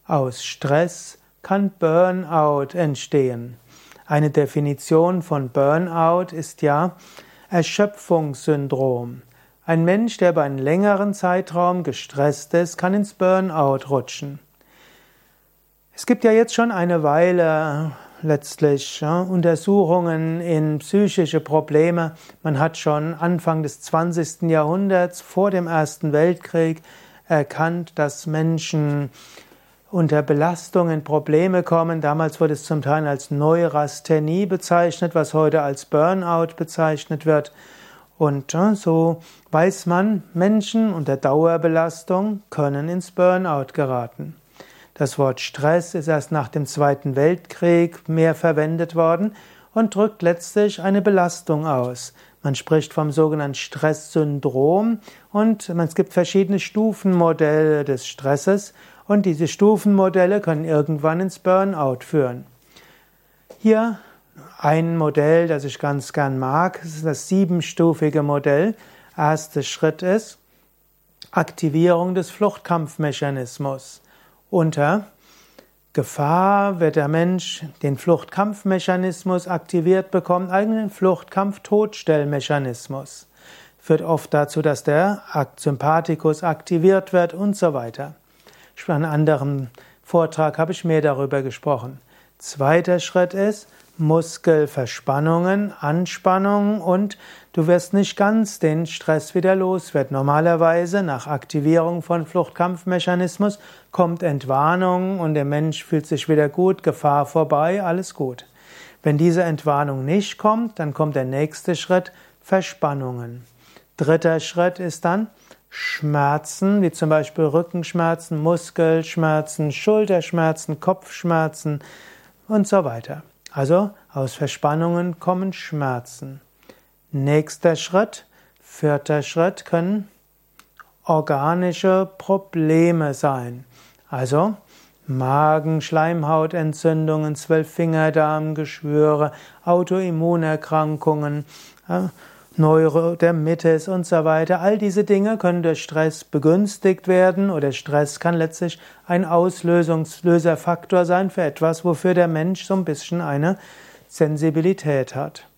Aus Stress kann Burnout entstehen. Eine Definition von Burnout ist ja Erschöpfungssyndrom. Ein Mensch, der über einen längeren Zeitraum gestresst ist, kann ins Burnout rutschen. Es gibt ja jetzt schon eine Weile letztlich Untersuchungen in psychische Probleme. Man hat schon Anfang des 20. Jahrhunderts, vor dem Ersten Weltkrieg, erkannt, dass Menschen unter Belastung in Probleme kommen. Damals wurde es zum Teil als Neurasthenie bezeichnet, was heute als Burnout bezeichnet wird. Und so weiß man, Menschen unter Dauerbelastung können ins Burnout geraten. Das Wort Stress ist erst nach dem Zweiten Weltkrieg mehr verwendet worden und drückt letztlich eine Belastung aus. Man spricht vom sogenannten Stresssyndrom und es gibt verschiedene Stufenmodelle des Stresses und diese Stufenmodelle können irgendwann ins Burnout führen. Hier ein Modell, das ich ganz gern mag, das ist das 7-stufige Modell. Erster Schritt ist Aktivierung des Fluchtkampfmechanismus. Unter Gefahr wird der Mensch den Fluchtkampfmechanismus aktiviert bekommen, einen Fluchtkampf-Todstellmechanismus. Führt oft dazu, dass der Sympathikus aktiviert wird und so weiter. In einem anderen Vortrag habe ich mehr darüber gesprochen. Zweiter Schritt ist Muskelverspannungen, Anspannung und du wirst nicht ganz den Stress wieder los werden. Normalerweise nach Aktivierung von Fluchtkampfmechanismus kommt Entwarnung und der Mensch fühlt sich wieder gut, Gefahr vorbei, alles gut. Wenn diese Entwarnung nicht kommt, dann kommt der nächste Schritt, Verspannungen. Dritter Schritt ist dann Schmerzen, wie zum Beispiel Rückenschmerzen, Muskelschmerzen, Schulterschmerzen, Kopfschmerzen und so weiter. Also aus Verspannungen kommen Schmerzen. Nächster Schritt, vierter Schritt, können organische Probleme sein. Also Magen-Schleimhautentzündungen, Zwölffingerdarmgeschwüre, Autoimmunerkrankungen, Neurodermitis und so weiter. All diese Dinge können durch Stress begünstigt werden oder Stress kann letztlich ein Auslöserfaktor sein für etwas, wofür der Mensch so ein bisschen eine Sensibilität hat.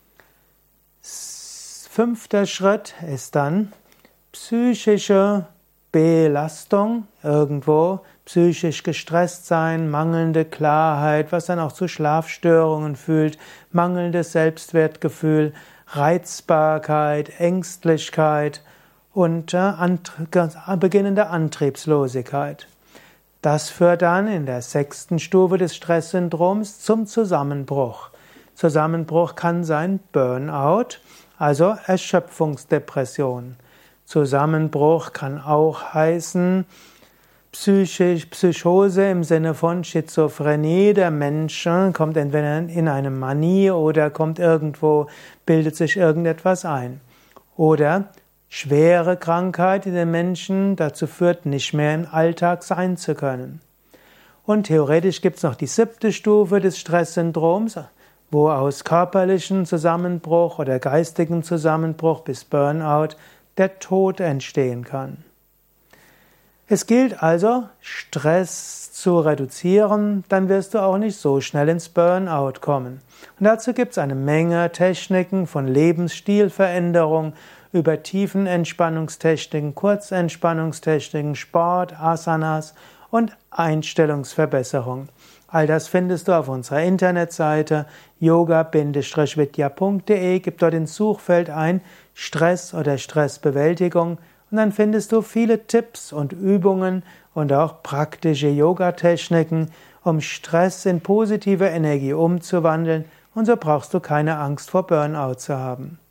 Fünfter Schritt ist dann psychische Belastung, irgendwo psychisch gestresst sein, mangelnde Klarheit, was dann auch zu Schlafstörungen führt, mangelndes Selbstwertgefühl, Reizbarkeit, Ängstlichkeit und beginnende Antriebslosigkeit. Das führt dann in der 6. Stufe des Stresssyndroms zum Zusammenbruch. Zusammenbruch kann sein Burnout, also Erschöpfungsdepression. Zusammenbruch kann auch heißen Psychose im Sinne von Schizophrenie. Der Mensch kommt entweder in eine Manie oder bildet sich irgendetwas ein. Oder schwere Krankheit, die den Menschen dazu führt, nicht mehr im Alltag sein zu können. Und theoretisch gibt es noch die 7. Stufe des Stresssyndroms, wo aus körperlichem Zusammenbruch oder geistigem Zusammenbruch bis Burnout der Tod entstehen kann. Es gilt also, Stress zu reduzieren, dann wirst du auch nicht so schnell ins Burnout kommen. Und dazu gibt es eine Menge Techniken von Lebensstilveränderung über Tiefenentspannungstechniken, Kurzentspannungstechniken, Sport, Asanas und Einstellungsverbesserung. All das findest du auf unserer Internetseite yoga-vidya.de. Gib dort ins Suchfeld ein Stress oder Stressbewältigung und dann findest du viele Tipps und Übungen und auch praktische Yoga-Techniken, um Stress in positive Energie umzuwandeln und so brauchst du keine Angst vor Burnout zu haben.